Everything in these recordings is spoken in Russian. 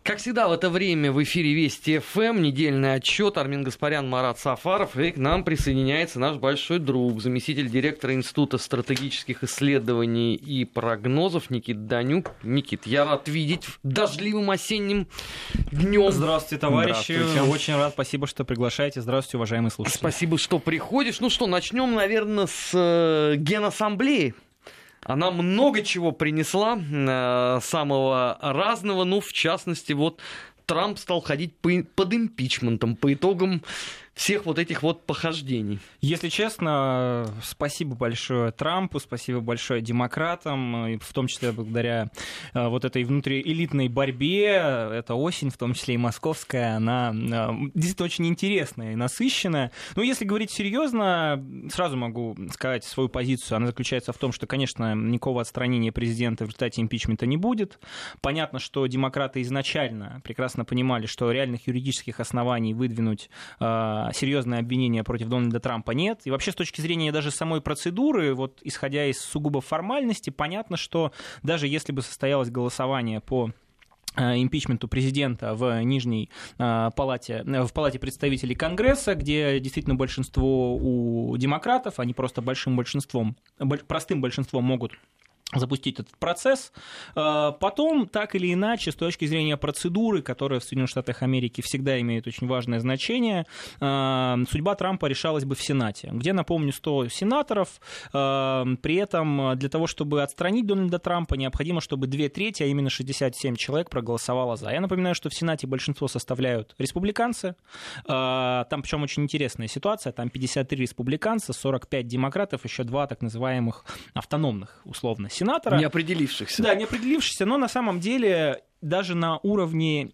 Как всегда в это время в эфире Вести ФМ, недельный отчет. Армин Гаспарян, Марат Сафаров. И к нам присоединяется наш большой друг, заместитель директора Института стратегических исследований и прогнозов Никита Данюк. Никит, я рад видеть дождливым осенним днем. Здравствуйте, товарищи. Здравствуйте. Очень рад. Спасибо, что приглашаете. Здравствуйте, уважаемые слушатели. Спасибо, что приходишь. Ну что, начнем, наверное, с Генассамблеи. Она много чего принесла, самого разного, ну, в частности, вот Трамп стал ходить под импичментом по итогам всех вот этих вот похождений. Если честно, спасибо большое Трампу, спасибо большое демократам, в том числе благодаря вот этой внутриэлитной борьбе. Эта осень, в том числе и московская, она действительно очень интересная и насыщенная. Но если говорить серьезно, сразу могу сказать свою позицию. Она заключается в том, что, конечно, никакого отстранения президента в результате импичмента не будет. Понятно, что демократы изначально прекрасно понимали, что реальных юридических оснований выдвинуть серьезные обвинения против Дональда Трампа нет. И вообще, с точки зрения даже самой процедуры, вот исходя из сугубо формальности, понятно, что даже если бы состоялось голосование по импичменту президента в Нижней палате, в палате представителей Конгресса, где действительно большинство у демократов, они просто простым большинством могут запустить этот процесс. Потом, так или иначе, с точки зрения процедуры, которая в Соединенных Штатах Америки всегда имеет очень важное значение, судьба Трампа решалась бы в Сенате, где, напомню, 100 сенаторов. При этом для того, чтобы отстранить Дональда Трампа, необходимо, чтобы 2/3, а именно 67 человек проголосовало за. Я напоминаю, что в Сенате большинство составляют республиканцы. Там, причем, очень интересная ситуация. Там 53 республиканца, 45 демократов, еще 2 так называемых автономных, условно, сенатора. Не определившихся. Да, не определившихся, но на самом деле даже на уровне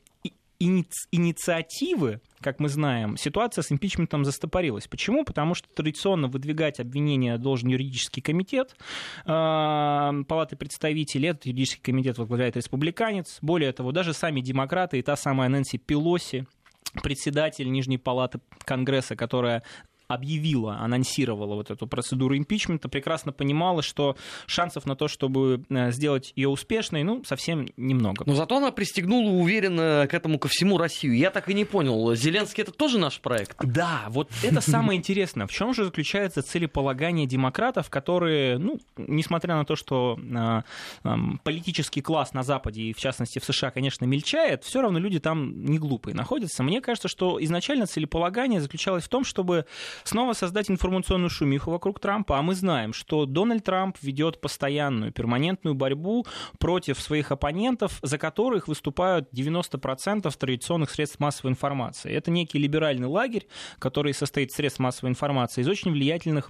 инициативы, как мы знаем, ситуация с импичментом застопорилась. Почему? Потому что традиционно выдвигать обвинения должен юридический комитет Палаты представителей. Этот юридический комитет возглавляет республиканец. Более того, даже сами демократы и та самая Нэнси Пелоси, председатель Нижней палаты Конгресса, которая анонсировала вот эту процедуру импичмента, прекрасно понимала, что шансов на то, чтобы сделать ее успешной, совсем немного. Но зато она пристегнула уверенно к этому ко всему Россию. Я так и не понял, Зеленский — это тоже наш проект? Да, вот это самое интересное. В чем же заключается целеполагание демократов, которые, несмотря на то, что политический класс на Западе и, в частности, в США, конечно, мельчает, все равно люди там не глупые находятся. Мне кажется, что изначально целеполагание заключалось в том, чтобы снова создать информационную шумиху вокруг Трампа, а мы знаем, что Дональд Трамп ведет постоянную, перманентную борьбу против своих оппонентов, за которых выступают 90% традиционных средств массовой информации. Это некий либеральный лагерь, который состоит из средств массовой информации, из очень влиятельных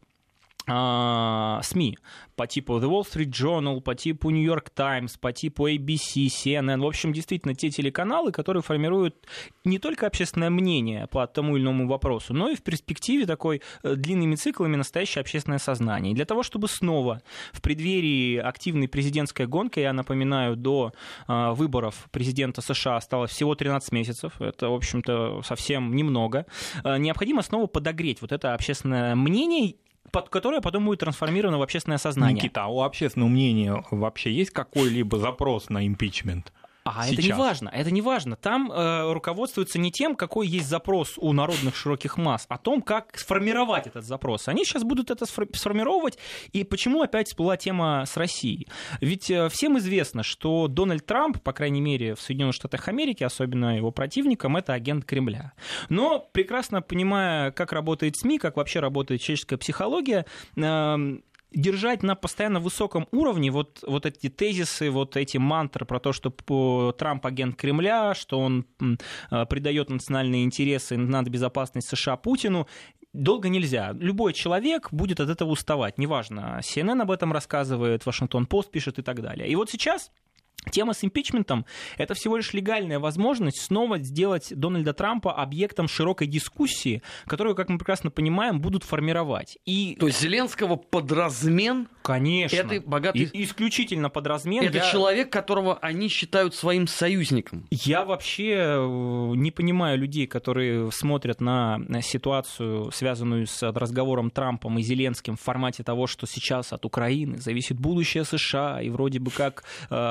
СМИ по типу The Wall Street Journal, по типу New York Times, по типу ABC, CNN. В общем, действительно, те телеканалы, которые формируют не только общественное мнение по тому или иному вопросу, но и в перспективе такой длинными циклами настоящее общественное сознание. И для того, чтобы снова в преддверии активной президентской гонки, я напоминаю, до выборов президента США осталось всего 13 месяцев, это, в общем-то, совсем немного, необходимо снова подогреть вот это общественное мнение, которое потом будет трансформировано в общественное сознание. Никита, а у общественного мнения вообще есть какой-либо запрос на импичмент? Это не важно. Там руководствуются не тем, какой есть запрос у народных широких масс, а том, как сформировать этот запрос. Они сейчас будут это сформировать. И почему опять всплыла тема с Россией? Ведь всем известно, что Дональд Трамп, по крайней мере, в Соединенных Штатах Америки, особенно его противникам, это агент Кремля. Но, прекрасно понимая, как работает СМИ, как вообще работает человеческая психология, держать на постоянно высоком уровне вот эти тезисы, вот эти мантры про то, что Трамп агент Кремля, что он предает национальные интересы и безопасность США Путину, долго нельзя. Любой человек будет от этого уставать. Неважно, CNN об этом рассказывает, Вашингтон-Пост пишет и так далее. И вот сейчас тема с импичментом – это всего лишь легальная возможность снова сделать Дональда Трампа объектом широкой дискуссии, которую, как мы прекрасно понимаем, будут формировать. То есть Зеленского под размен? Конечно. Это богатый... Исключительно под размен. Это человек, которого они считают своим союзником. Я вообще не понимаю людей, которые смотрят на ситуацию, связанную с разговором Трампом и Зеленским в формате того, что сейчас от Украины зависит будущее США, и вроде бы как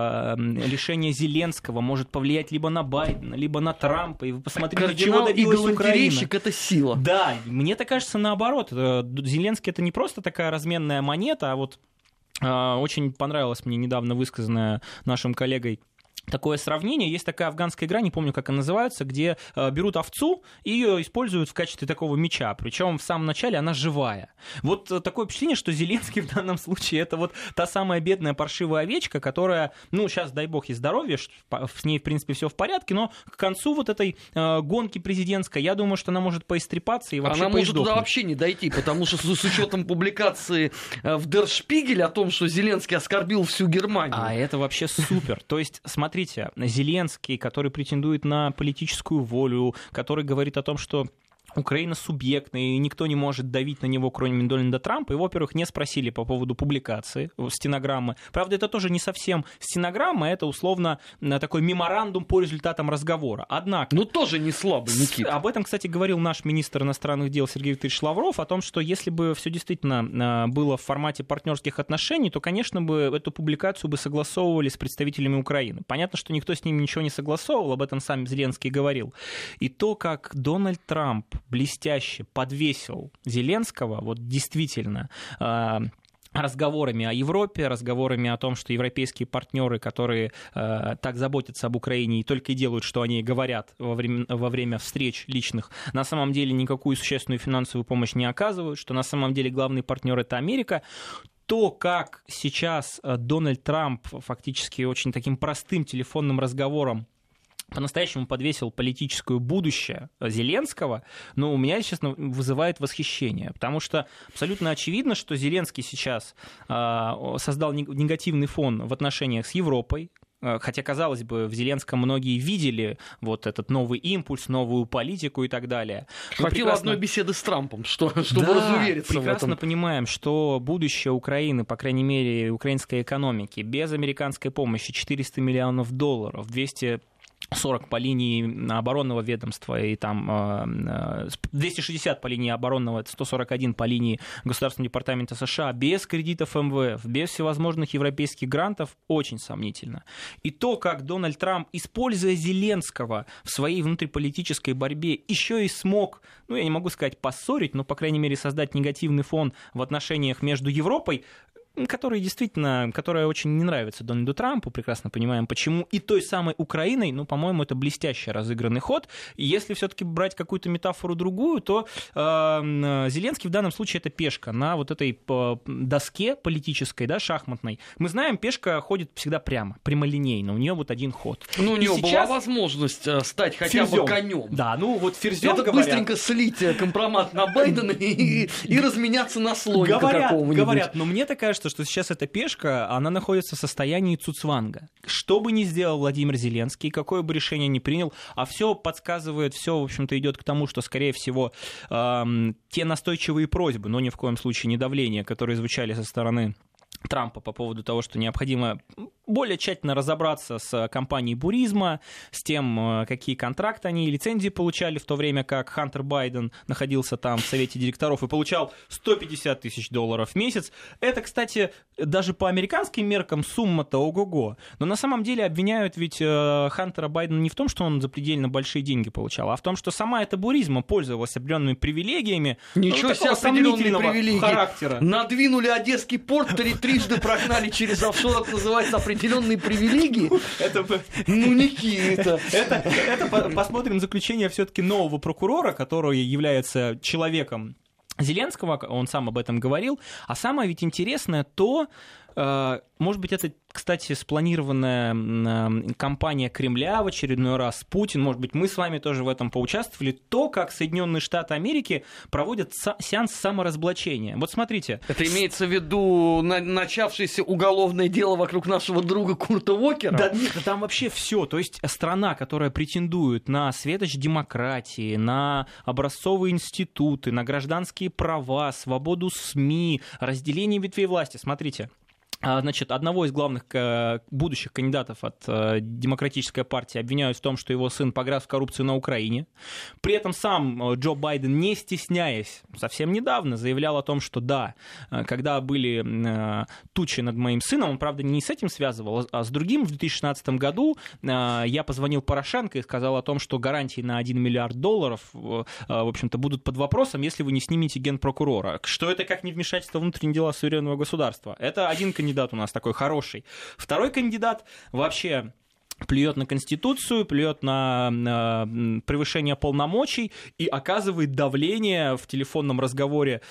лишение Зеленского может повлиять либо на Байдена, либо на Трампа. И вы посмотрите, Кардинал чего добилась Украина. это сила. Да, мне-то кажется наоборот. Зеленский — это не просто такая разменная монета, а вот очень понравилось мне недавно высказанное нашим коллегой такое сравнение. Есть такая афганская игра, не помню, как она называется, где берут овцу и ее используют в качестве такого меча. Причем в самом начале она живая. Вот такое впечатление, что Зеленский в данном случае это вот та самая бедная паршивая овечка, которая, ну, сейчас, дай бог ей здоровья, с ней, в принципе, все в порядке, но к концу вот этой гонки президентской, я думаю, что она может поистрепаться и вообще она может туда вообще не дойти, потому что с учетом публикации в Der Spiegel о том, что Зеленский оскорбил всю Германию. А это вообще супер. То есть, смотрите, Зеленский, который претендует на политическую волю, который говорит о том, что Украина субъектная, и никто не может давить на него, кроме Дональда Трампа. Его, во-первых, не спросили по поводу публикации стенограммы. Правда, это тоже не совсем стенограмма, это условно такой меморандум по результатам разговора. Однако... Ну, тоже не слабый, Никита. Об этом, кстати, говорил наш министр иностранных дел Сергей Викторович Лавров, о том, что если бы все действительно было в формате партнерских отношений, то, конечно, бы эту публикацию бы согласовывали с представителями Украины. Понятно, что никто с ними ничего не согласовывал, об этом сам Зеленский говорил. И то, как Дональд Трамп блестяще подвесил Зеленского, вот действительно, разговорами о Европе, разговорами о том, что европейские партнеры, которые так заботятся об Украине и только и делают, что они говорят во время встреч личных, на самом деле никакую существенную финансовую помощь не оказывают, что на самом деле главный партнер — это Америка. То, как сейчас Дональд Трамп фактически очень таким простым телефонным разговором по-настоящему подвесил политическое будущее Зеленского, но у меня, честно, вызывает восхищение, потому что абсолютно очевидно, что Зеленский сейчас создал негативный фон в отношениях с Европой, хотя, казалось бы, в Зеленском многие видели вот этот новый импульс, новую политику и так далее. Хватило одной беседы с Трампом, чтобы да, разувериться в этом. Прекрасно понимаем, что будущее Украины, по крайней мере, украинской экономики, без американской помощи $400 миллионов, 240 по линии оборонного ведомства и там 260 по линии оборонного, 141 по линии Государственного департамента США, без кредитов МВФ, без всевозможных европейских грантов, очень сомнительно. И то, как Дональд Трамп, используя Зеленского в своей внутриполитической борьбе, еще и смог, ну, я не могу сказать поссорить, но, по крайней мере, создать негативный фон в отношениях между Европой, которая очень не нравится Дональду Трампу, прекрасно понимаем почему, и той самой Украиной, ну, по-моему, это блестяще разыгранный ход. И если все-таки брать какую-то метафору другую, то Зеленский в данном случае это пешка на вот этой доске политической, да, шахматной. Мы знаем, пешка ходит всегда прямо, прямолинейно, у нее вот один ход. Ну, у нее была возможность стать хотя бы конем. Да, ну вот ферзем, это говорят, быстренько слить компромат на Байдена и разменяться на слоника какого-нибудь. Говорят, но мне так кажется, что сейчас эта пешка, она находится в состоянии цуцванга. Что бы ни сделал Владимир Зеленский, какое бы решение ни принял, а все подсказывает, все, в общем-то, идет к тому, что, скорее всего, те настойчивые просьбы, но ни в коем случае не давление, которые звучали со стороны Трампа по поводу того, что необходимо более тщательно разобраться с компанией Буризма, с тем, какие контракты они и лицензии получали, в то время как Хантер Байден находился там в совете директоров и получал $150 тысяч в месяц. Это, кстати, даже по американским меркам сумма-то ого-го. Но на самом деле обвиняют ведь Хантера Байдена не в том, что он запредельно большие деньги получал, а в том, что сама эта Буризма пользовалась определенными привилегиями. Ничего себе, определенные привилегии. Характера. Надвинули Одесский порт, трижды прогнали через офшор, это называется определенные привилегии. Ну, Никита. Это посмотрим заключение все-таки нового прокурора, который является человеком Зеленского, он сам об этом говорил. А самое ведь интересное то, может быть, это, кстати, спланированная кампания Кремля в очередной раз, Путин, может быть, мы с вами тоже в этом поучаствовали, то, как Соединенные Штаты Америки проводят сеанс саморазоблачения. Вот смотрите. Это имеется в виду начавшееся уголовное дело вокруг нашего друга Курта Уокера? Да нет, там вообще все. То есть страна, которая претендует на светоч демократии, на образцовые институты, на гражданские права, свободу СМИ, разделение ветвей власти. Смотрите. Значит, одного из главных будущих кандидатов от Демократической партии обвиняют в том, что его сын погряз в коррупцию на Украине. При этом сам Джо Байден, не стесняясь, совсем недавно заявлял о том, что да, когда были тучи над моим сыном, он, правда, не с этим связывал, а с другим. В 2016 году я позвонил Порошенко и сказал о том, что гарантии на $1 миллиард, в общем-то, будут под вопросом, если вы не снимете генпрокурора. Что это как не вмешательство в внутренние дела суверенного государства? Это один кандидат у нас такой хороший. Второй кандидат вообще плюет на Конституцию, плюет на превышение полномочий и оказывает давление в телефонном разговоре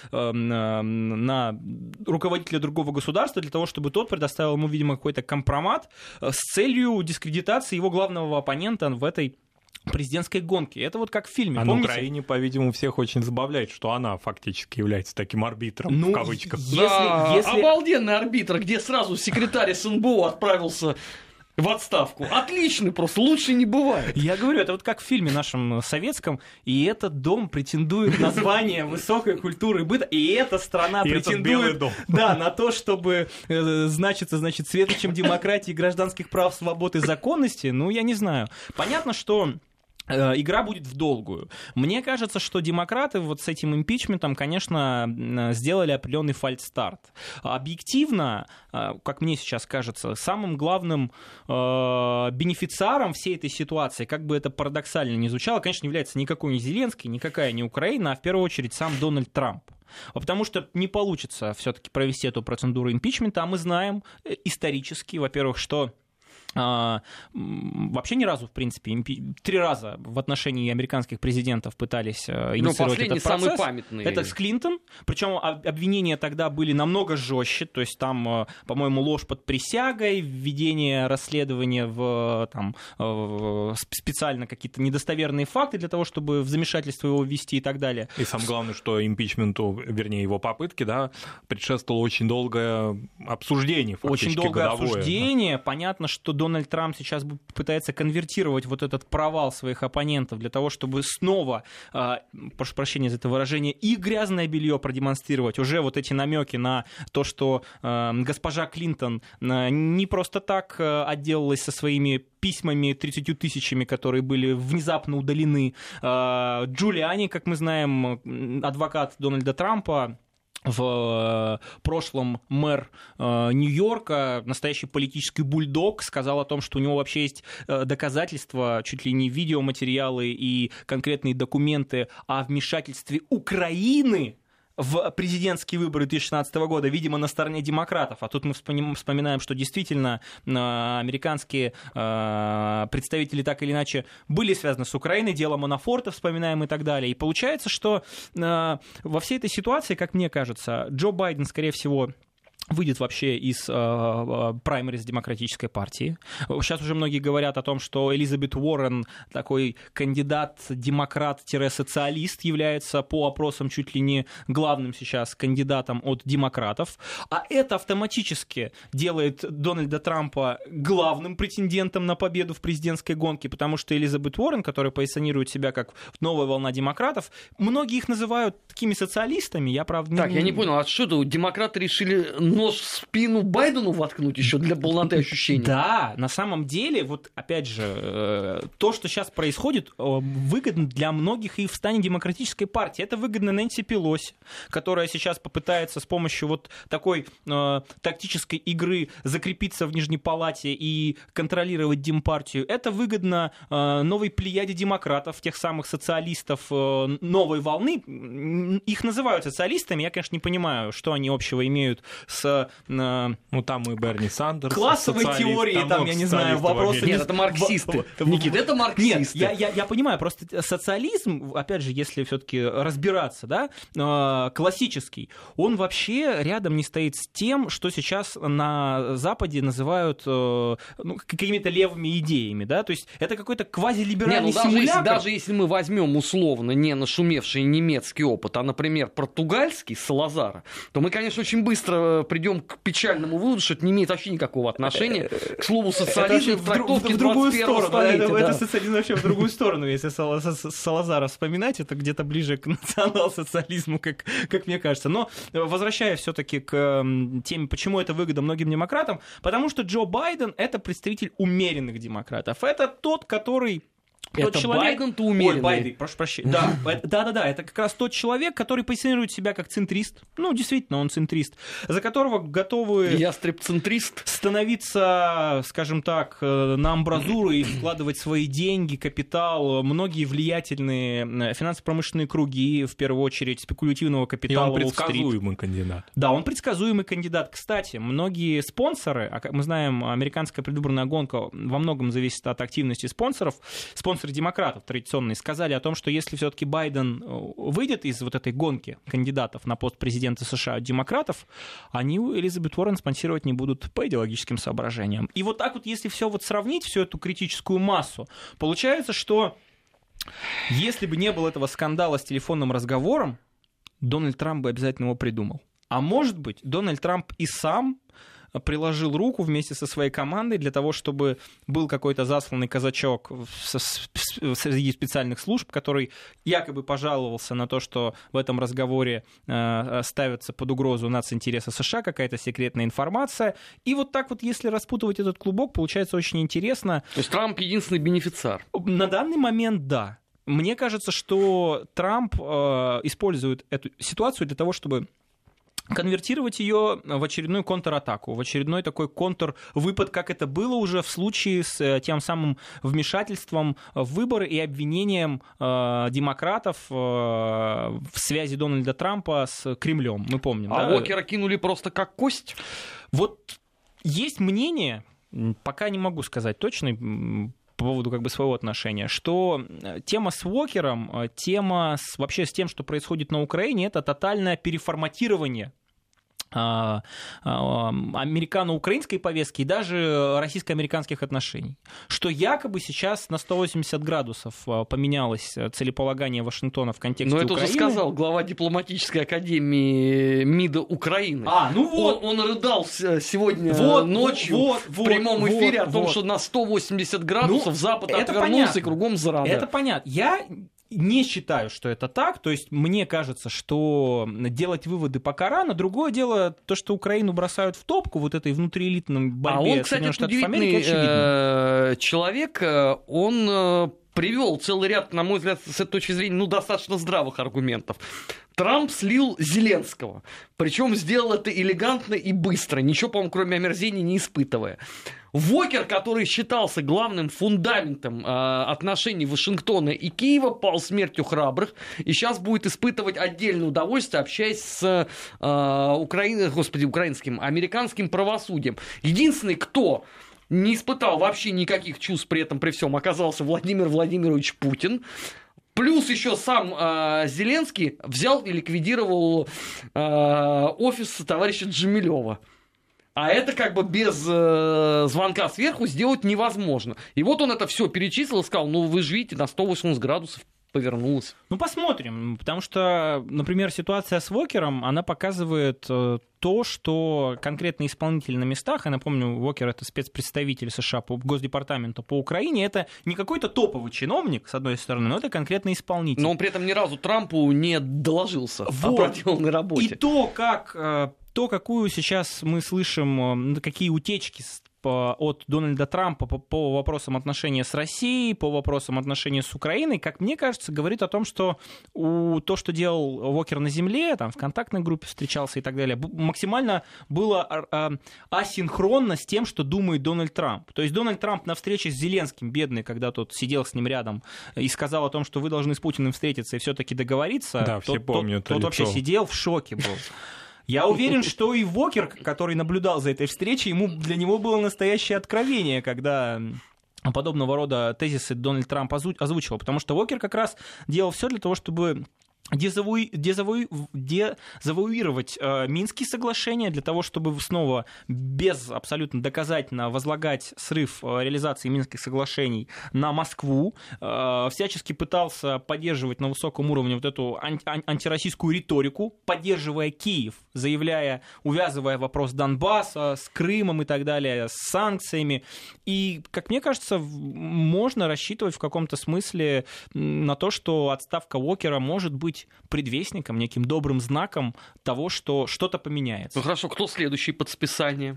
на руководителя другого государства для того, чтобы тот предоставил ему, видимо, какой-то компромат с целью дискредитации его главного оппонента в этой президентской гонки. Это вот как в фильме. А помните? на Украине, по-видимому, всех очень забавляет, что она фактически является таким арбитром, в кавычках. Обалденный арбитр, где сразу секретарь СНБО отправился в отставку. Отличный просто, лучше не бывает. Я говорю, это вот как в фильме нашем советском, и этот дом претендует на звание высокой культуры и быта, и эта страна претендует на то, чтобы значиться, светочем демократии, гражданских прав, свобод и законности. Ну, я не знаю. Понятно, что игра будет в долгую. Мне кажется, что демократы вот с этим импичментом, конечно, сделали определенный фальстарт. Объективно, как мне сейчас кажется, самым главным бенефициаром всей этой ситуации, как бы это парадоксально ни звучало, конечно, является никакой не Зеленский, никакая не Украина, а в первую очередь сам Дональд Трамп. Потому что не получится все-таки провести эту процедуру импичмента, а мы знаем исторически, во-первых, что вообще ни разу, в принципе, 3 раза в отношении американских президентов пытались инициировать этот процесс. Самый памятный. Это с Клинтон, причем обвинения тогда были намного жестче, то есть там, по-моему, ложь под присягой, введение расследования специально какие-то недостоверные факты для того, чтобы в замешательство его ввести и так далее. И самое главное, что импичменту, вернее, его попытке, предшествовало очень долгое обсуждение, фактически очень долгое годовое. Обсуждение. Понятно, что Дональд Трамп сейчас пытается конвертировать вот этот провал своих оппонентов для того, чтобы снова, прошу прощения за это выражение, и грязное белье продемонстрировать. Уже вот эти намеки на то, что госпожа Клинтон не просто так отделалась со своими письмами 30 тысячами, которые были внезапно удалены. Джулиани, как мы знаем, адвокат Дональда Трампа, в прошлом мэр Нью-Йорка, настоящий политический бульдог, сказал о том, что у него вообще есть доказательства, чуть ли не видеоматериалы и конкретные документы о вмешательстве Украины в президентские выборы 2016 года, видимо, на стороне демократов. А тут мы вспоминаем, что действительно американские представители так или иначе были связаны с Украиной, дело Манафорта вспоминаем и так далее. И получается, что во всей этой ситуации, как мне кажется, Джо Байден, скорее всего, выйдет вообще из праймериз Демократической партии. Сейчас уже многие говорят о том, что Элизабет Уоррен, такой кандидат-демократ-социалист, является по опросам чуть ли не главным сейчас кандидатом от демократов. А это автоматически делает Дональда Трампа главным претендентом на победу в президентской гонке, потому что Элизабет Уоррен, которая позиционирует себя как новая волна демократов, многие их называют такими социалистами. Я, правда, Так, я не понял, а что демократы решили нож в спину Байдену воткнуть еще для полноты ощущений? Да, на самом деле, вот опять же, то, что сейчас происходит, выгодно для многих и в стане Демократической партии. Это выгодно Нэнси Пелоси, которая сейчас попытается с помощью вот такой тактической игры закрепиться в Нижней Палате и контролировать Демпартию. Это выгодно новой плеяде демократов, тех самых социалистов новой волны. Их называют социалистами, я, конечно, не понимаю, что они общего имеют с там и Берни Сандерс. Классовой теории, там, я не знаю, вопросы. Нет, это марксисты. Никита, это марксисты. Нет, я понимаю, просто социализм, опять же, если все-таки разбираться, да, классический, он вообще рядом не стоит с тем, что сейчас на Западе называют какими-то левыми идеями, да, то есть это какой-то квазилиберальный симулятор. Даже если мы возьмем условно не нашумевший немецкий опыт, а, например, португальский Салазара, то мы, конечно, очень быстро придем к печальному выводу, что это не имеет вообще никакого отношения к слову социализм в трактовке 21-го столетия. Это социализм вообще в другую сторону, если Салазара вспоминать, это где-то ближе к национал-социализму, как мне кажется. Но возвращаясь все-таки к теме, почему это выгодно многим демократам, потому что Джо Байден — это представитель умеренных демократов. Это тот, который... Это Байден-то умеренный. Ой, Байден, прошу прощения. Да, это как раз тот человек, который позиционирует себя как центрист. Ну, действительно, он центрист. За которого готовы... Ястреб-центрист. Становиться, скажем так, на амбразуру и вкладывать свои деньги, капитал. Многие влиятельные финансово-промышленные круги, в первую очередь, спекулятивного капитала. И он предсказуемый кандидат. Да, он предсказуемый кандидат. Кстати, многие спонсоры, а как мы знаем, американская предвыборная гонка во многом зависит от активности спонсоров, спонсоры демократов традиционные сказали о том, что если все-таки Байден выйдет из вот этой гонки кандидатов на пост президента США от демократов, они Элизабет Уоррен спонсировать не будут по идеологическим соображениям. И вот так вот, если все вот сравнить, всю эту критическую массу, получается, что если бы не было этого скандала с телефонным разговором, Дональд Трамп бы обязательно его придумал. А может быть, Дональд Трамп и сам приложил руку вместе со своей командой для того, чтобы был какой-то засланный казачок среди специальных служб, который якобы пожаловался на то, что в этом разговоре ставится под угрозу нацинтересы США, какая-то секретная информация. И вот так вот, если распутывать этот клубок, получается очень интересно. То есть Трамп единственный бенефициар? На данный момент да. Мне кажется, что Трамп использует эту ситуацию для того, чтобы конвертировать ее в очередную контратаку, в очередной такой контрвыпад, как это было уже в случае с тем самым вмешательством в выборы и обвинением демократов в связи Дональда Трампа с Кремлем. Мы помним. А Уокера кинули просто как кость? Вот есть мнение, пока не могу сказать точно, по поводу как бы своего отношения, что тема с Уокером, тема вообще с тем, что происходит на Украине, это тотальное переформатирование американо-украинской повестки и даже российско-американских отношений. Что якобы сейчас на 180 градусов поменялось целеполагание Вашингтона в контексте Украины. Но это уже сказал глава дипломатической академии МИДа Украины. Он рыдал сегодня ночью в прямом эфире о том, что на 180 градусов Запад отвернулся и кругом зрада. Это понятно. Я не считаю, что это так. То есть мне кажется, что делать выводы пока рано. Другое дело, то, что Украину бросают в топку вот этой внутриэлитной борьбе. А он, кстати, удивительный человек. Он привел целый ряд, на мой взгляд, с этой точки зрения, достаточно здравых аргументов. Трамп слил Зеленского. Причем сделал это элегантно и быстро. Ничего, по-моему, кроме омерзения не испытывая. Уокер, который считался главным фундаментом отношений Вашингтона и Киева, пал смертью храбрых. И сейчас будет испытывать отдельное удовольствие, общаясь с американским правосудием. Единственный, кто не испытал вообще никаких чувств при этом, при всем, оказался Владимир Владимирович Путин. Плюс еще сам Зеленский взял и ликвидировал офис товарища Джемилева. А это как бы без звонка сверху сделать невозможно. И вот он это все перечислил и сказал, вы же видите, на 180 градусов повернулось. Посмотрим, потому что, например, ситуация с Уокером, она показывает то, что конкретные исполнители на местах, я напомню, Уокер — это спецпредставитель США по Госдепартаменту по Украине, это не какой-то топовый чиновник, с одной стороны, но это конкретный исполнитель. Но он при этом ни разу Трампу не доложился о проделанной работе. И то, какую сейчас мы слышим, какие утечки от Дональда Трампа по вопросам отношений с Россией, по вопросам отношений с Украиной, как мне кажется, говорит о том, что то, что делал Уокер на земле, там в контактной группе встречался и так далее, максимально было асинхронно с тем, что думает Дональд Трамп. То есть Дональд Трамп на встрече с Зеленским, бедный, когда тот сидел с ним рядом и сказал о том, что вы должны с Путиным встретиться и все-таки договориться, да, все помнят тот вообще сидел в шоке был. Я уверен, что и Уокер, который наблюдал за этой встречей, для него было настоящее откровение, когда подобного рода тезисы Дональд Трамп озвучивал, потому что Уокер как раз делал все для того, чтобы дезавуировать Минские соглашения для того, чтобы снова без абсолютно доказательно возлагать срыв реализации Минских соглашений на Москву, всячески пытался поддерживать на высоком уровне вот эту антироссийскую риторику, поддерживая Киев, заявляя, увязывая вопрос Донбасса с Крымом и так далее, с санкциями. И, как мне кажется, можно рассчитывать в каком-то смысле на то, что отставка Уокера может быть предвестником, неким добрым знаком того, что что-то поменяется. Ну хорошо, кто следующий под списание?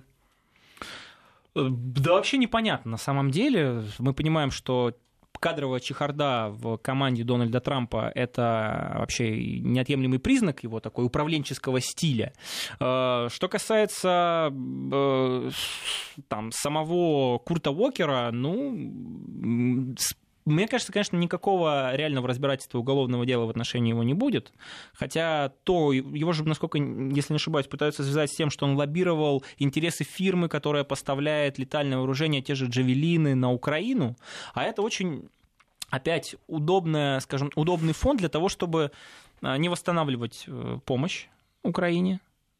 Да вообще непонятно на самом деле. Мы понимаем, что кадровая чехарда в команде Дональда Трампа — это вообще неотъемлемый признак его такой управленческого стиля. Что касается там, самого Курта Уокера, мне кажется, конечно, никакого реального разбирательства уголовного дела в отношении его не будет. Хотя его же, насколько, если не ошибаюсь, пытаются связать с тем, что он лоббировал интересы фирмы, которая поставляет летальное вооружение, те же «Джавелины» на Украину. А это очень, опять, удобный фон для того, чтобы не восстанавливать помощь Украине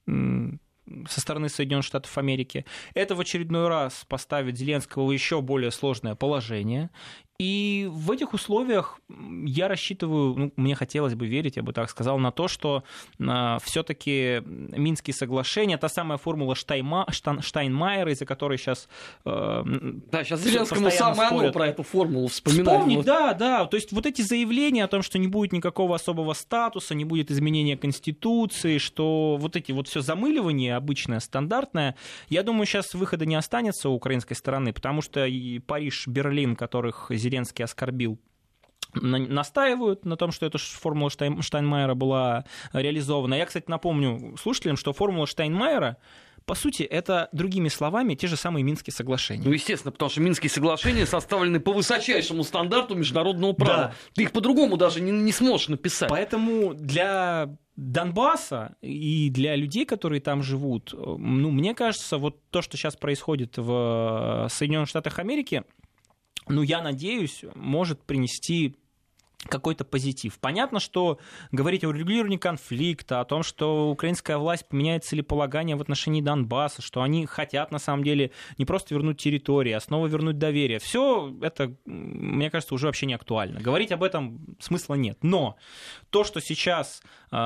со стороны Соединенных Штатов Америки. Это в очередной раз поставит Зеленского в еще более сложное положение. И в этих условиях я рассчитываю, мне хотелось бы верить, я бы так сказал, на то, что все-таки Минские соглашения, та самая формула Штайнмайера, из-за которой сейчас сейчас Зеленскому самое оно про эту формулу вспоминать. Да. То есть вот эти заявления о том, что не будет никакого особого статуса, не будет изменения Конституции, что вот эти вот все замыливание обычное, стандартное, я думаю, сейчас выхода не останется у украинской стороны, потому что и Париж, Берлин, которых Зеленский оскорбил, настаивают на том, что эта формула Штайнмайера была реализована. Я, кстати, напомню слушателям, что формула Штайнмайера, по сути, это, другими словами, те же самые Минские соглашения. Ну, естественно, потому что Минские соглашения составлены по высочайшему стандарту международного права. Да. Ты их по-другому даже не сможешь написать. Поэтому для Донбасса и для людей, которые там живут, мне кажется, вот то, что сейчас происходит в Соединенных Штатах Америки, я надеюсь, может принести какой-то позитив. Понятно, что говорить о урегулировании конфликта, о том, что украинская власть поменяет целеполагание в отношении Донбасса, что они хотят, на самом деле, не просто вернуть территории, а снова вернуть доверие. Все это, мне кажется, уже вообще не актуально. Говорить об этом смысла нет. Но то, что сейчас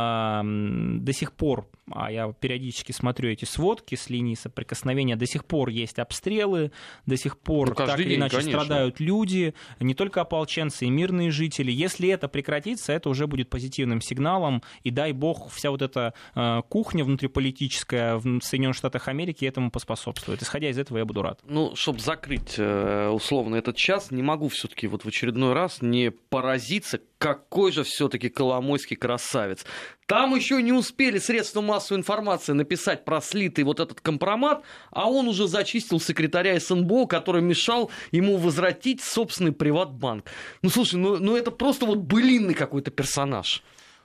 до сих пор, а я периодически смотрю эти сводки с линии соприкосновения, до сих пор есть обстрелы, до сих пор так или иначе страдают люди, не только ополченцы и мирные жители. Если это прекратится, это уже будет позитивным сигналом, и дай бог, вся вот эта кухня внутриполитическая в Соединенных Штатах Америки этому поспособствует. Исходя из этого, я буду рад. Чтобы закрыть условно этот час, не могу все-таки вот в очередной раз не поразиться, какой же все-таки Коломойский красавец. Там еще не успели средства массовой информации написать про слитый вот этот компромат, а он уже зачистил секретаря СНБО, который мешал ему возвратить собственный Приватбанк. Слушай, это просто вот былинный какой-то персонаж.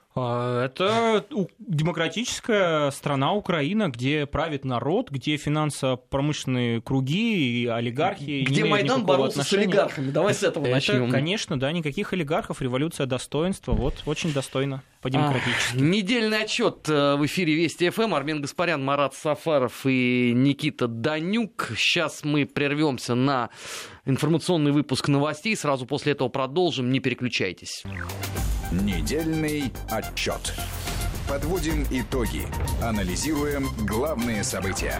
Это демократическая страна Украина, где правит народ, где финансово-промышленные круги и олигархи. Где Майдан боролся с олигархами. Давай с этого начнем. Конечно, да, никаких олигархов, революция достоинства. Вот, очень достойно, по-демократически. Недельный отчет в эфире Вести ФМ. Армен Гаспарян, Марат Сафаров и Никита Данюк. Сейчас мы прервемся на информационный выпуск новостей. Сразу после этого продолжим. Не переключайтесь. Недельный отчет. Подводим итоги. Анализируем главные события.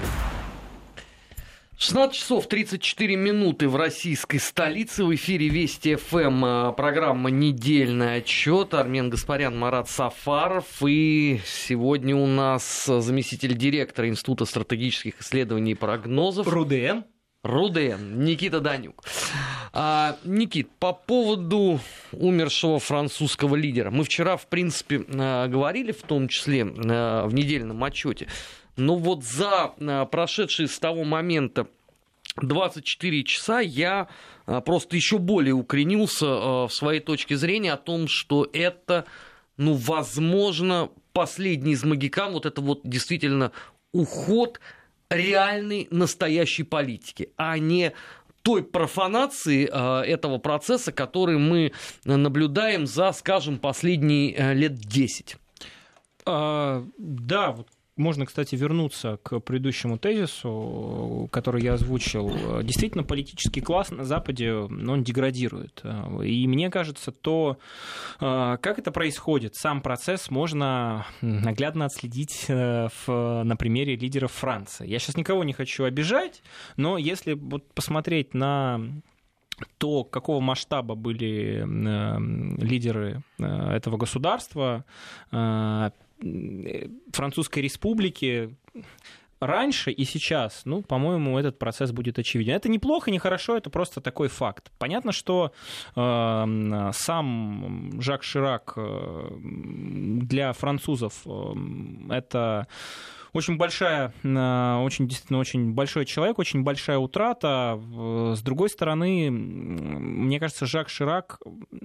16 часов 34 минуты в российской столице. В эфире Вести ФМ. Программа «Недельный отчет». Армен Гаспарян, Марат Сафаров. И сегодня у нас заместитель директора Института стратегических исследований и прогнозов. РУДН, Никита Данюк. Никит, по поводу умершего французского лидера. Мы вчера, в принципе, говорили, в том числе в недельном отчете. Но вот за прошедшие с того момента 24 часа я просто еще более укоренился в своей точке зрения о том, что это, возможно, последний из могикан. Вот это вот действительно уход реальной, настоящей политики, а не той профанации этого процесса, который мы наблюдаем за, скажем, последние лет 10. Да, вот. Можно, кстати, вернуться к предыдущему тезису, который я озвучил. Действительно, политический класс на Западе, он деградирует. И мне кажется, то, как это происходит, сам процесс можно наглядно отследить на примере лидеров Франции. Я сейчас никого не хочу обижать, но если вот посмотреть на то, какого масштаба были лидеры этого государства, Французской Республики раньше и сейчас, по-моему, этот процесс будет очевиден. Это не плохо, не хорошо, это просто такой факт. Понятно, что сам Жак Ширак для французов это очень большая, действительно очень большой человек, очень большая утрата. С другой стороны, мне кажется, Жак Ширак...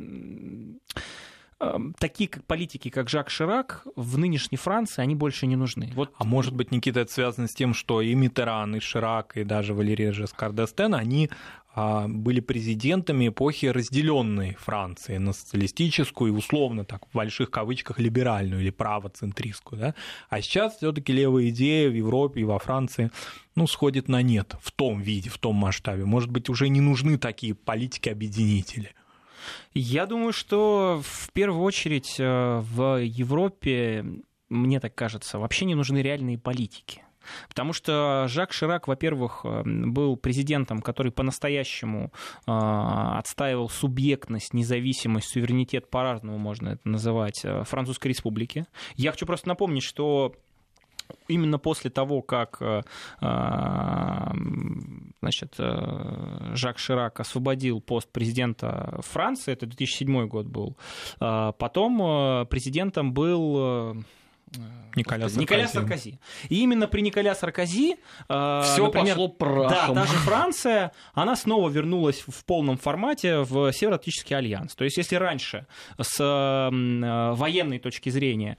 Такие политики, как Жак Ширак, в нынешней Франции, они больше не нужны. Вот. А может быть, Никита, это связано с тем, что и Миттеран, и Ширак, и даже Валерий Жескар д'Эстен, они были президентами эпохи разделенной Франции на социалистическую и условно, так, в больших кавычках, либеральную или правоцентристскую. Да? А сейчас все-таки левая идея в Европе и во Франции сходит на нет в том виде, в том масштабе. Может быть, уже не нужны такие политики-объединители. Я думаю, что в первую очередь в Европе, мне так кажется, вообще не нужны реальные политики. Потому что Жак Ширак, во-первых, был президентом, который по-настоящему отстаивал субъектность, независимость, суверенитет, по-разному можно это называть, Французской Республики. Я хочу просто напомнить, что именно после того, как Жак Ширак освободил пост президента Франции, это 2007 год был, потом президентом был... Николя Саркози. И именно при Николя Саркози, все например, пошло прахом. Да, та же Франция, она снова вернулась в полном формате в Североатлантический альянс. То есть, если раньше с военной точки зрения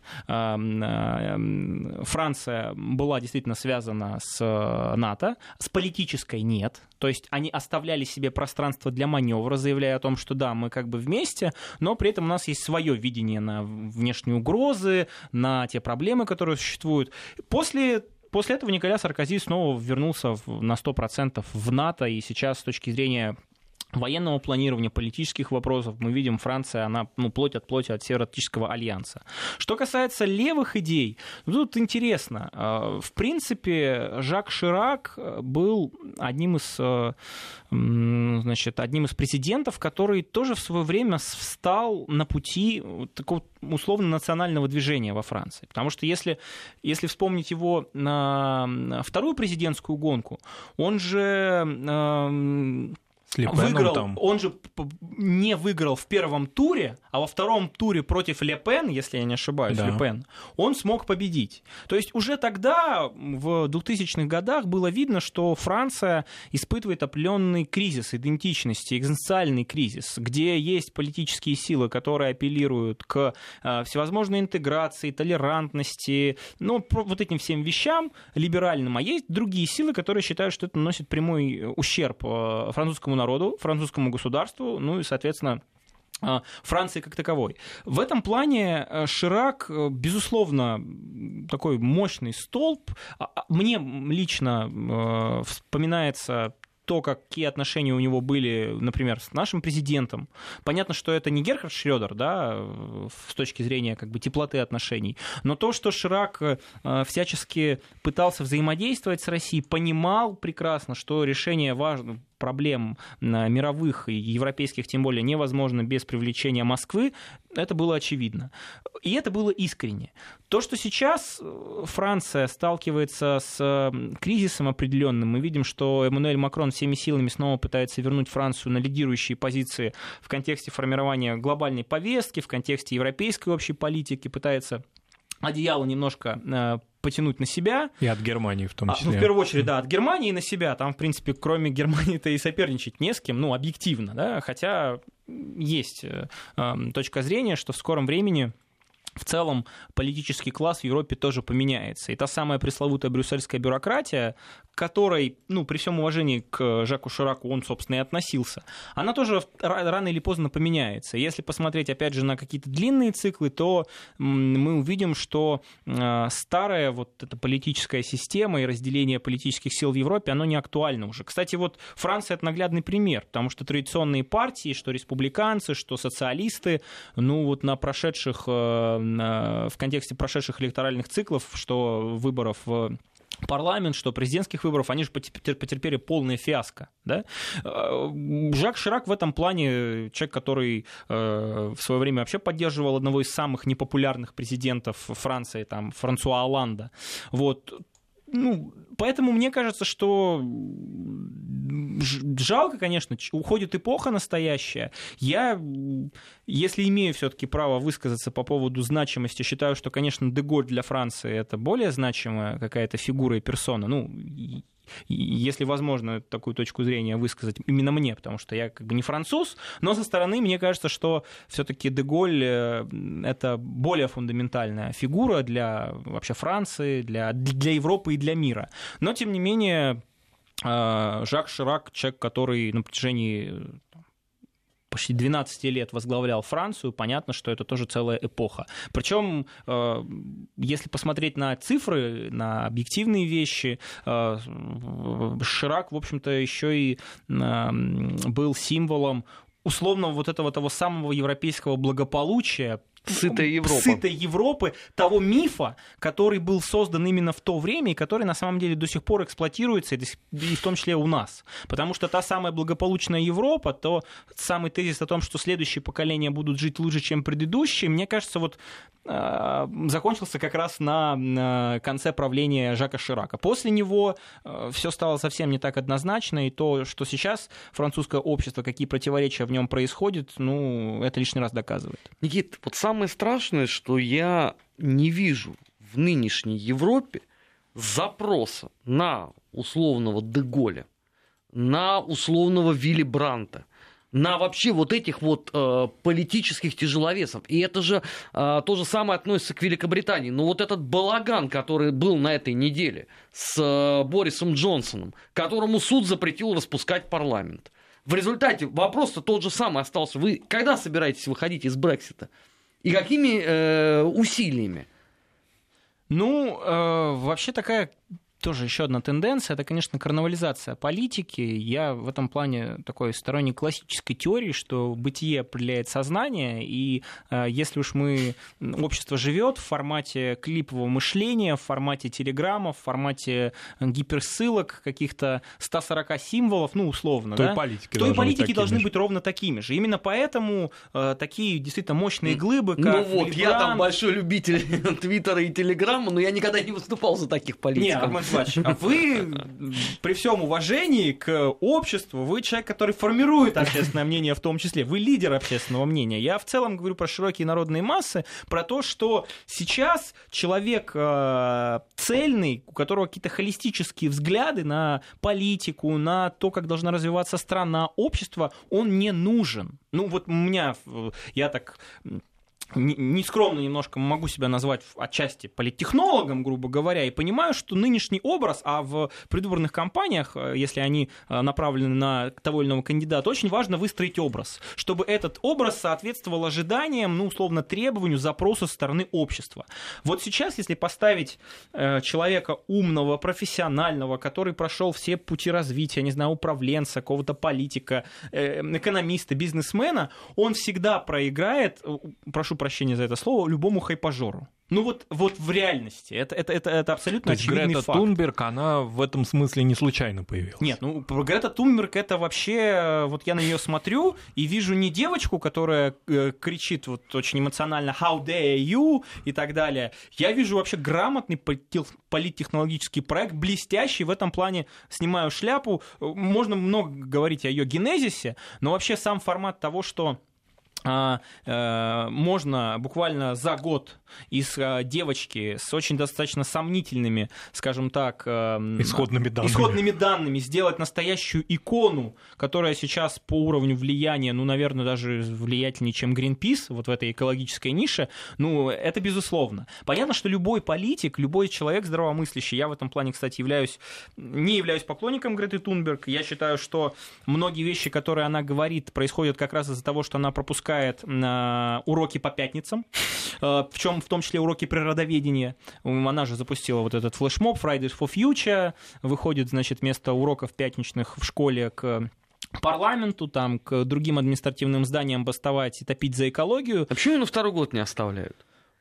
Франция была действительно связана с НАТО, с политической нет. То есть, они оставляли себе пространство для маневра, заявляя о том, что да, мы как бы вместе, но при этом у нас есть свое видение на внешние угрозы, на те проблемы, которые существуют. После этого Николя Саркози снова вернулся на 100% в НАТО, и сейчас с точки зрения военного планирования, политических вопросов, мы видим, Франция, она плоть от плоти от Североатлантического альянса. Что касается левых идей, тут интересно. В принципе, Жак Ширак был одним из президентов, который тоже в свое время встал на пути такого условно-национального движения во Франции. Потому что если вспомнить его на вторую президентскую гонку, он же... Он же не выиграл в первом туре, а во втором туре против Ле Пен, если я не ошибаюсь, да. Ле Пен, он смог победить. То есть уже тогда, в 2000-х годах, было видно, что Франция испытывает определенный кризис идентичности, экзистенциальный кризис, где есть политические силы, которые апеллируют к всевозможной интеграции, толерантности, вот этим всем вещам либеральным, а есть другие силы, которые считают, что это наносит прямой ущерб французскому народу, французскому государству, и, соответственно, Франции как таковой. В этом плане Ширак, безусловно, такой мощный столб. Мне лично вспоминается то, какие отношения у него были, например, с нашим президентом. Понятно, что это не Герхард Шрёдер, да, с точки зрения как бы теплоты отношений, но то, что Ширак всячески пытался взаимодействовать с Россией, понимал прекрасно, что решение важно, проблем мировых и европейских, тем более, невозможно без привлечения Москвы, это было очевидно. И это было искренне. То, что сейчас Франция сталкивается с кризисом определенным, мы видим, что Эммануэль Макрон всеми силами снова пытается вернуть Францию на лидирующие позиции в контексте формирования глобальной повестки, в контексте европейской общей политики, пытается одеяло немножко потянуть на себя. И от Германии в том числе. В первую очередь, да, от Германии на себя. Там, в принципе, кроме Германии-то и соперничать не с кем, объективно, да, хотя есть точка зрения, что в скором времени в целом политический класс в Европе тоже поменяется. И та самая пресловутая брюссельская бюрократия, к которой, при всем уважении к Жаку Шираку он, собственно, и относился, она тоже рано или поздно поменяется. Если посмотреть, опять же, на какие-то длинные циклы, то мы увидим, что старая вот эта политическая система и разделение политических сил в Европе, оно не актуально уже. Кстати, вот Франция — это наглядный пример, потому что традиционные партии, что республиканцы, что социалисты, на прошедших, в контексте прошедших электоральных циклов, что выборов в парламент, что президентских выборов, они же потерпели полное фиаско. Да? Жак Ширак в этом плане человек, который в свое время вообще поддерживал одного из самых непопулярных президентов Франции, Франсуа Олланда. Вот. Поэтому мне кажется, что жалко, конечно, уходит эпоха настоящая. Я, если имею все-таки право высказаться по поводу значимости, считаю, что, конечно, де Голль для Франции — это более значимая какая-то фигура и персона. Если возможно такую точку зрения высказать именно мне, потому что я не француз, но со стороны мне кажется, что все-таки де Голль — это более фундаментальная фигура для вообще Франции, для Европы и для мира. Но, тем не менее, Жак Ширак — человек, который на протяжении почти 12 лет возглавлял Францию, понятно, что это тоже целая эпоха. Причем, если посмотреть на цифры, на объективные вещи, Ширак, в общем-то, еще и был символом условного вот этого того самого европейского благополучия, сытой Европы, того мифа, который был создан именно в то время и который на самом деле до сих пор эксплуатируется, и в том числе у нас. Потому что та самая благополучная Европа, то самый тезис о том, что следующие поколения будут жить лучше, чем предыдущие, мне кажется, закончился как раз на конце правления Жака Ширака. После него все стало совсем не так однозначно, и то, что сейчас французское общество, какие противоречия в нем происходят, это лишний раз доказывает. Никит, самое страшное, что я не вижу в нынешней Европе запроса на условного де Голля, на условного Вилли Брандта, на вообще вот этих политических тяжеловесов. И это же то же самое относится к Великобритании. Но вот этот балаган, который был на этой неделе с Борисом Джонсоном, которому суд запретил распускать парламент. В результате вопрос-то тот же самый остался. Вы когда собираетесь выходить из Брексита? И какими усилиями? Вообще такая тоже еще одна тенденция, это, конечно, карнавализация политики. Я в этом плане такой сторонник классической теории, что бытие определяет сознание, и если уж общество живет в формате клипового мышления, в формате телеграммов, в формате гиперссылок, каких-то 140 символов, условно, то да? И политики должны быть ровно такими же. Именно поэтому такие действительно мощные глыбы, как я большой любитель Твиттера и Телеграма, но я никогда не выступал за таких политиков. Вы, при всем уважении к обществу, вы человек, который формирует общественное мнение в том числе. Вы лидер общественного мнения. Я в целом говорю про широкие народные массы, про то, что сейчас человек цельный, у которого какие-то холистические взгляды на политику, на то, как должна развиваться страна, общество, он не нужен. Я так нескромно немножко могу себя назвать отчасти политтехнологом, грубо говоря, и понимаю, что нынешний образ, а в предвыборных кампаниях, если они направлены на того или иного кандидата, очень важно выстроить образ, чтобы этот образ соответствовал ожиданиям, условно, требованию, запросу со стороны общества. Вот сейчас, если поставить человека умного, профессионального, который прошел все пути развития, управленца, какого-то политика, экономиста, бизнесмена, он всегда проиграет, прошу прощения за это слово, любому хайпажору. В реальности. Это абсолютно очевидный факт. Грета Тунберг, она в этом смысле не случайно появилась. Нет, Грета Тунберг — это вообще... Я на нее смотрю и вижу не девочку, которая кричит очень эмоционально «How dare you?» и так далее. Я вижу вообще грамотный политтехнологический проект, блестящий. В этом плане снимаю шляпу. Можно много говорить о ее генезисе, но вообще сам формат того, что можно буквально за год из девочки с очень достаточно сомнительными, скажем так, исходными данными сделать настоящую икону, которая сейчас по уровню влияния, наверное, даже влиятельнее, чем Greenpeace, вот в этой экологической нише, это безусловно. Понятно, что любой политик, любой человек здравомыслящий, я в этом плане, кстати, не являюсь поклонником Греты Тунберг, я считаю, что многие вещи, которые она говорит, происходят как раз из-за того, что она пропускает уроки по пятницам, в том числе уроки природоведения. Она же запустила вот этот флешмоб Fridays for Future, выходит, значит, вместо уроков пятничных в школе к парламенту, там, к другим административным зданиям бастовать и топить за экологию. А почему ее на второй год не оставляют?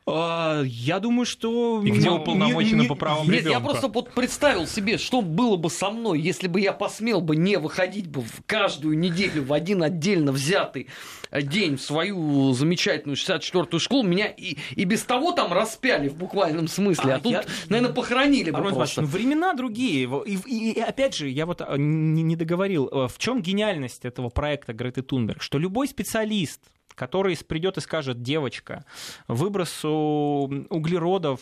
Я думаю, что... И где уполномочены по правам ребенка? Нет, я просто представил себе, что было бы со мной, если бы я посмел бы не выходить бы в каждую неделю в один отдельно взятый день в свою замечательную 64-ю школу. Меня и без того там распяли в буквальном смысле, а тут, наверное, похоронили бы просто. Времена другие. И опять же, я вот не договорил, в чем гениальность этого проекта Греты Тунберг, что любой специалист, который придет и скажет: девочка, выброс углеродов,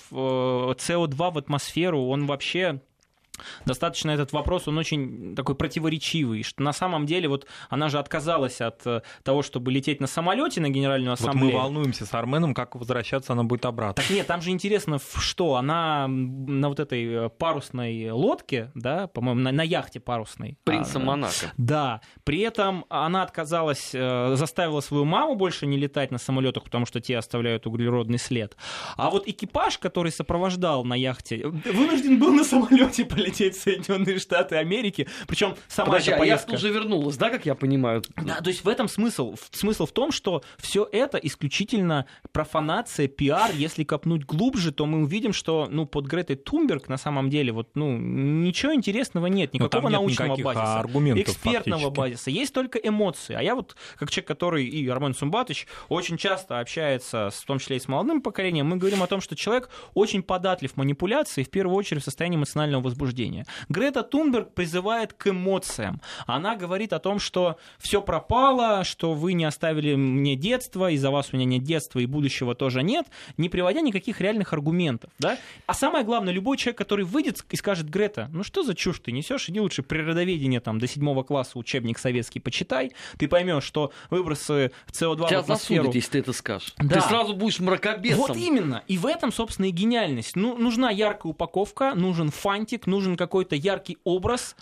СО2 в атмосферу, он вообще... Достаточно этот вопрос, он очень такой противоречивый, что на самом деле вот она же отказалась от того, чтобы лететь на самолете на Генеральную Ассамблею. Вот мы волнуемся с Арменом, как возвращаться она будет обратно. Так нет, там же интересно, что она на вот этой парусной лодке, да, по-моему, на яхте парусной. Принца Монако. Да, при этом она отказалась, заставила свою маму больше не летать на самолетах, потому что те оставляют углеродный след. А вот экипаж, который сопровождал на яхте, вынужден был на самолете полететь в Соединенные Штаты Америки, причем сама эта поездка... Я уже вернулась, да, как я понимаю? Да, то есть в этом смысл. Смысл в том, что все это исключительно профанация, пиар. Если копнуть глубже, то мы увидим, что под Гретой Тунберг на самом деле ничего интересного нет, никакого научного базиса, экспертного базиса. Есть только эмоции. А я вот, как человек, который, и Армен Сумбатович, очень часто общается, в том числе и с молодым поколением, мы говорим о том, что человек очень податлив манипуляции, в первую очередь в состоянии эмоционального возбуждения. Грета Тунберг призывает к эмоциям. Она говорит о том, что все пропало, что вы не оставили мне детство, из-за вас у меня нет детства и будущего тоже нет, не приводя никаких реальных аргументов. Да? А самое главное, любой человек, который выйдет и скажет: Грета, что за чушь ты несешь, иди лучше природоведение там, до 7 класса учебник советский почитай, ты поймешь, что выбросы СО2 тебя в атмосферу... засудят, если ты это скажешь. Да. Ты сразу будешь мракобесом. Вот именно. И в этом, собственно, и гениальность. Нужна яркая упаковка, нужен фантик, нужен какой-то яркий образ,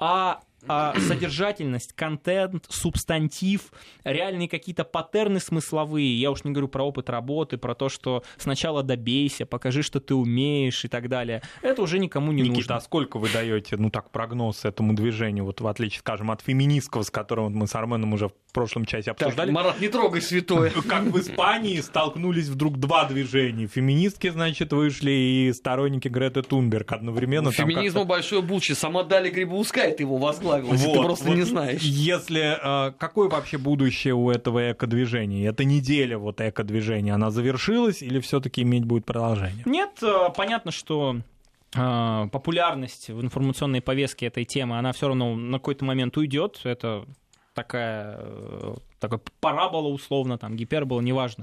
а содержательность, контент, субстантив, реальные какие-то паттерны смысловые. Я уж не говорю про опыт работы, про то, что сначала добейся, покажи, что ты умеешь и так далее. Это уже никому не нужно. Никита, а сколько вы даете, прогноз этому движению, в отличие, скажем, от феминистского, с которым мы с Арменом уже в прошлом часе обсуждали? Так, Марат, не трогай святое. Как в Испании столкнулись вдруг два движения. Феминистки, значит, вышли, и сторонники Греты Тунберг одновременно. Феминизму большое бучи. Сама Даля Грибоускает его возглавила. Ты просто не знаешь. Если какое вообще будущее у этого экодвижения? Эта неделя экодвижения, она завершилась или все-таки иметь будет продолжение? Нет, понятно, что популярность в информационной повестке этой темы, она все равно на какой-то момент уйдет. Это такая парабола условно, там, гипербола, неважно.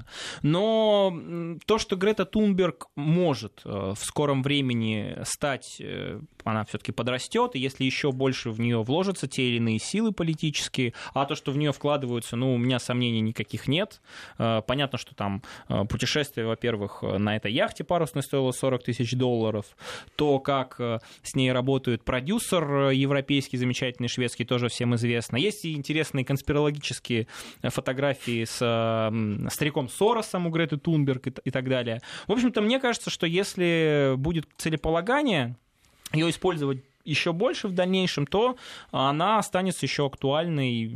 Но то, что Грета Тунберг может в скором времени стать, она все-таки подрастет, и если еще больше в нее вложатся те или иные силы политические, а то, что в нее вкладываются, у меня сомнений никаких нет. Понятно, что там путешествие, во-первых, на этой яхте парусной стоило $40 тысяч, то, как с ней работает продюсер европейский, замечательный, шведский, тоже всем известно. Есть и интересные конспирологические фотографии с стариком Соросом у Греты Тунберг и так далее. В общем-то, мне кажется, что если будет целеполагание ее использовать еще больше в дальнейшем, то она останется еще актуальной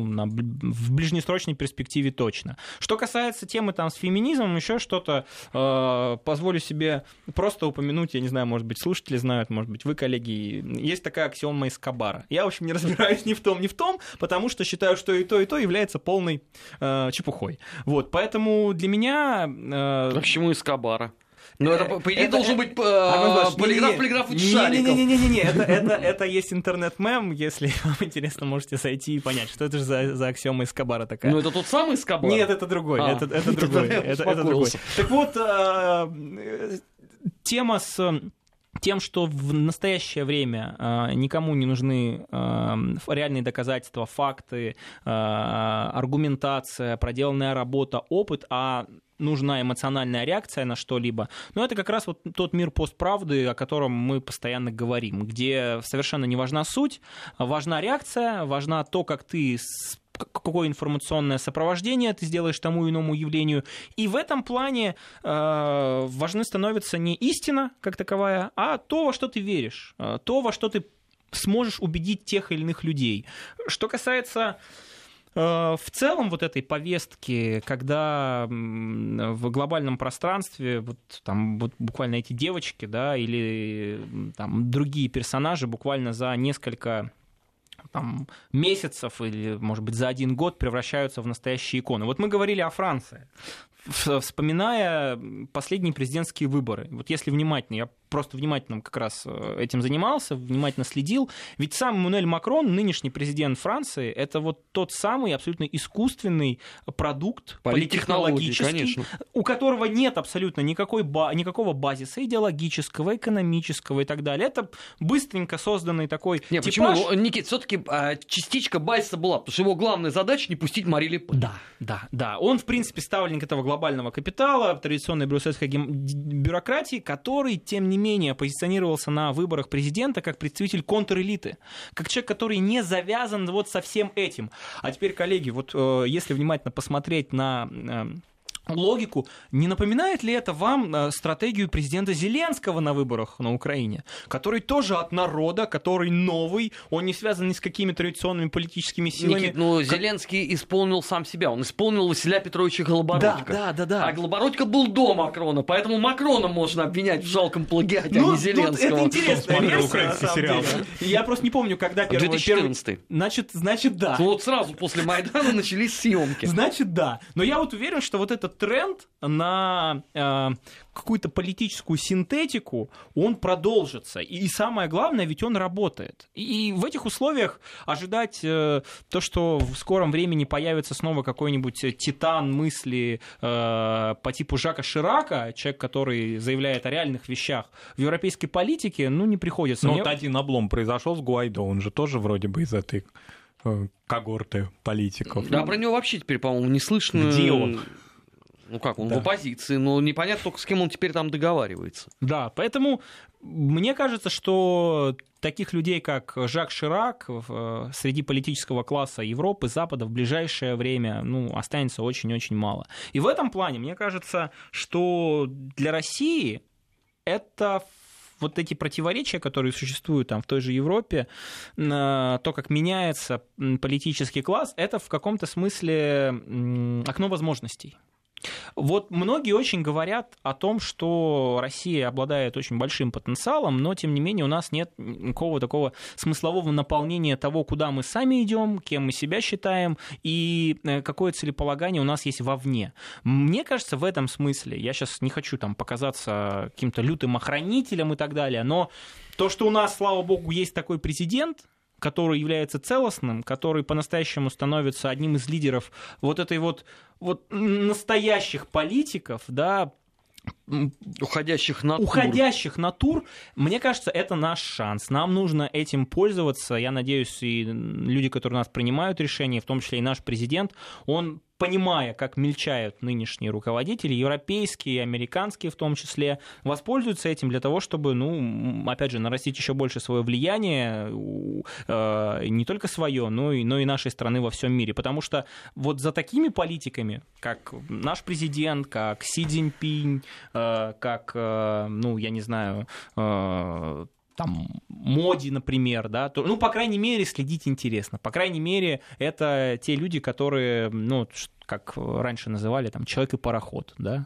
в ближнесрочной перспективе точно. Что касается темы с феминизмом, еще что-то, позволю себе просто упомянуть, я не знаю, может быть, слушатели знают, может быть, вы, коллеги, есть такая аксиома Эскобара. Я, в общем, не разбираюсь ни в том, потому что считаю, что и то является полной чепухой. Поэтому для меня... А к чему Эскобара? Ну, это, по идее, должен быть полиграф и шариков. Не-не-не, это есть интернет-мем, если вам интересно, можете зайти и понять, что это же за аксиома Эскобара такая. Ну, это тот самый Эскобар? Нет, это другой, это другой. Так вот, тема с тем, что в настоящее время никому не нужны реальные доказательства, факты, аргументация, проделанная работа, опыт, а нужна эмоциональная реакция на что-либо. Но это как раз вот тот мир постправды, о котором мы постоянно говорим, где совершенно не важна суть, важна реакция, важна то, как ты какое информационное сопровождение ты сделаешь тому иному явлению. И в этом плане важны становится не истина как таковая, а то, во что ты веришь, то, во что ты сможешь убедить тех или иных людей. Что касается в целом вот этой повестки, когда в глобальном пространстве вот, там, вот буквально эти девочки, да, или там, другие персонажи буквально за несколько там, месяцев или, может быть, за один год превращаются в настоящие иконы. Вот мы говорили о Франции, вспоминая последние президентские выборы. Вот если внимательно, я просто внимательно как раз этим занимался, внимательно следил, ведь сам Эммануэль Макрон, нынешний президент Франции, это вот тот самый абсолютно искусственный продукт политтехнологический, у которого нет абсолютно никакого базиса идеологического, экономического и так далее. Это быстренько созданный такой типаж. Почему? Никит, все-таки частичка базиса была, потому что его главная задача не пустить Мари Ле Пен. Да. Он, в принципе, ставленник этого глобального капитала, традиционной брюссельской бюрократии, который, тем не менее, позиционировался на выборах президента как представитель контрэлиты, как человек, который не завязан вот со всем этим. А теперь, коллеги, вот если внимательно посмотреть на логику, не напоминает ли это вам стратегию президента Зеленского на выборах на Украине, который тоже от народа, который новый, он не связан ни с какими традиционными политическими силами. Никит, Зеленский исполнил сам себя, он исполнил Василия Петровича Голобородько. Да. А Голобородько был до Макрона, поэтому Макрона можно обвинять в жалком плагиате, а не Зеленского. Это интересная версия, на самом деле. Я просто не помню, когда первый... 2014. Значит, да. Вот сразу после Майдана начались съемки. Значит, да. Но я вот уверен, что вот этот тренд на какую-то политическую синтетику, он продолжится. И самое главное, ведь он работает. И в этих условиях ожидать то, что в скором времени появится снова какой-нибудь титан мысли по типу Жака Ширака, человек, который заявляет о реальных вещах в европейской политике, не приходится. Но вот один облом произошел с Гуайдо, он же тоже вроде бы из этой когорты политиков. Да, про него вообще теперь, по-моему, не слышно. Где он? Он в оппозиции, но непонятно только, с кем он теперь там договаривается. Да, поэтому мне кажется, что таких людей, как Жак Ширак, среди политического класса Европы, Запада в ближайшее время останется очень-очень мало. И в этом плане, мне кажется, что для России это вот эти противоречия, которые существуют там в той же Европе, то, как меняется политический класс, это в каком-то смысле окно возможностей. Вот многие очень говорят о том, что Россия обладает очень большим потенциалом, но, тем не менее, у нас нет никакого такого смыслового наполнения того, куда мы сами идем, кем мы себя считаем, и какое целеполагание у нас есть вовне. Мне кажется, в этом смысле, я сейчас не хочу там показаться каким-то лютым охранителем и так далее, но то, что у нас, слава богу, есть такой президент, который является целостным, который по-настоящему становится одним из лидеров вот этой вот настоящих политиков, да, уходящих натур, мне кажется, это наш шанс. Нам нужно этим пользоваться. Я надеюсь, и люди, которые у нас принимают решения, в том числе и наш президент, он, понимая, как мельчают нынешние руководители, европейские, американские в том числе, воспользуются этим для того, чтобы, опять же, нарастить еще больше свое влияние, не только свое, но и нашей страны во всем мире. Потому что вот за такими политиками, как наш президент, как Си Цзиньпинь, как, я не знаю, там, Моди, например, да, то, по крайней мере, следить интересно. По крайней мере, это те люди, которые, как раньше называли, там, человек и пароход, да.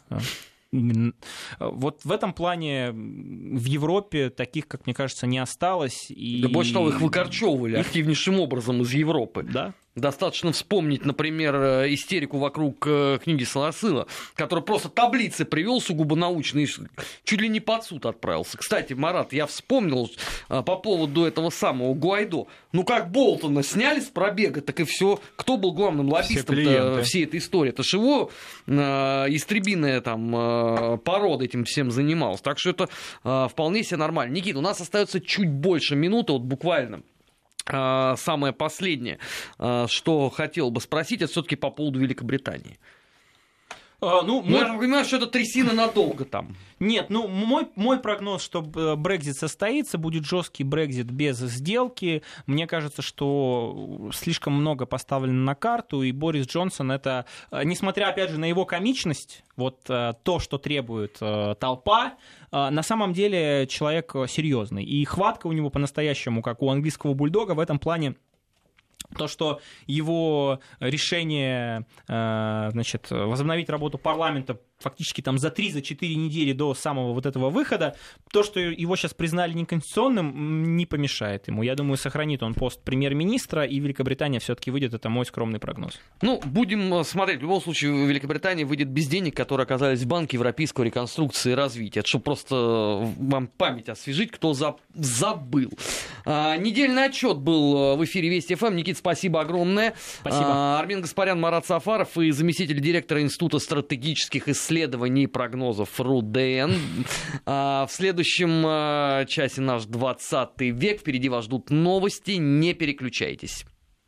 Вот в этом плане в Европе таких, как мне кажется, не осталось. Да больше того, их выкорчевывали активнейшим образом из Европы. Да. Достаточно вспомнить, например, истерику вокруг книги Солосыла, который просто таблицы привел сугубо научные, чуть ли не под суд отправился. Кстати, Марат, я вспомнил по поводу этого самого Гуайдо. Ну, как Болтона сняли с пробега, так и все. Кто был главным лоббистом всей этой истории? Это ж его истребиная там порода этим всем занималась. Так что это вполне себе нормально. Никита, у нас остается чуть больше минуты, вот буквально. Самое последнее, что хотел бы спросить, это все-таки по поводу Великобритании. Я понимаю, что это трясина надолго там. Нет, мой прогноз, что Брексит состоится, будет жесткий Брексит без сделки. Мне кажется, что слишком много поставлено на карту, и Борис Джонсон это, несмотря, опять же, на его комичность, вот то, что требует толпа, на самом деле человек серьезный. И хватка у него по-настоящему, как у английского бульдога, в этом плане. То, что его решение, возобновить работу парламента фактически там за 3-4 недели до самого вот этого выхода, то, что его сейчас признали неконституционным, не помешает ему. Я думаю, сохранит он пост премьер-министра, и Великобритания все-таки выйдет, это мой скромный прогноз. Будем смотреть. В любом случае, Великобритания выйдет без денег, которые оказались в Банке Европейского реконструкции и развития. Это чтобы просто вам память освежить, кто забыл. Недельный отчет был в эфире Вести ФМ. Никит, спасибо огромное. Спасибо. Армен Гаспарян, Марат Сафаров и заместитель директора Института стратегических исследований и прогнозов РУДН. В следующем часе наш 20 век. Впереди вас ждут новости. Не переключайтесь.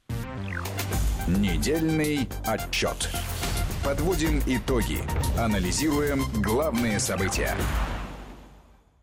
Недельный отчет. Подводим итоги. Анализируем главные события.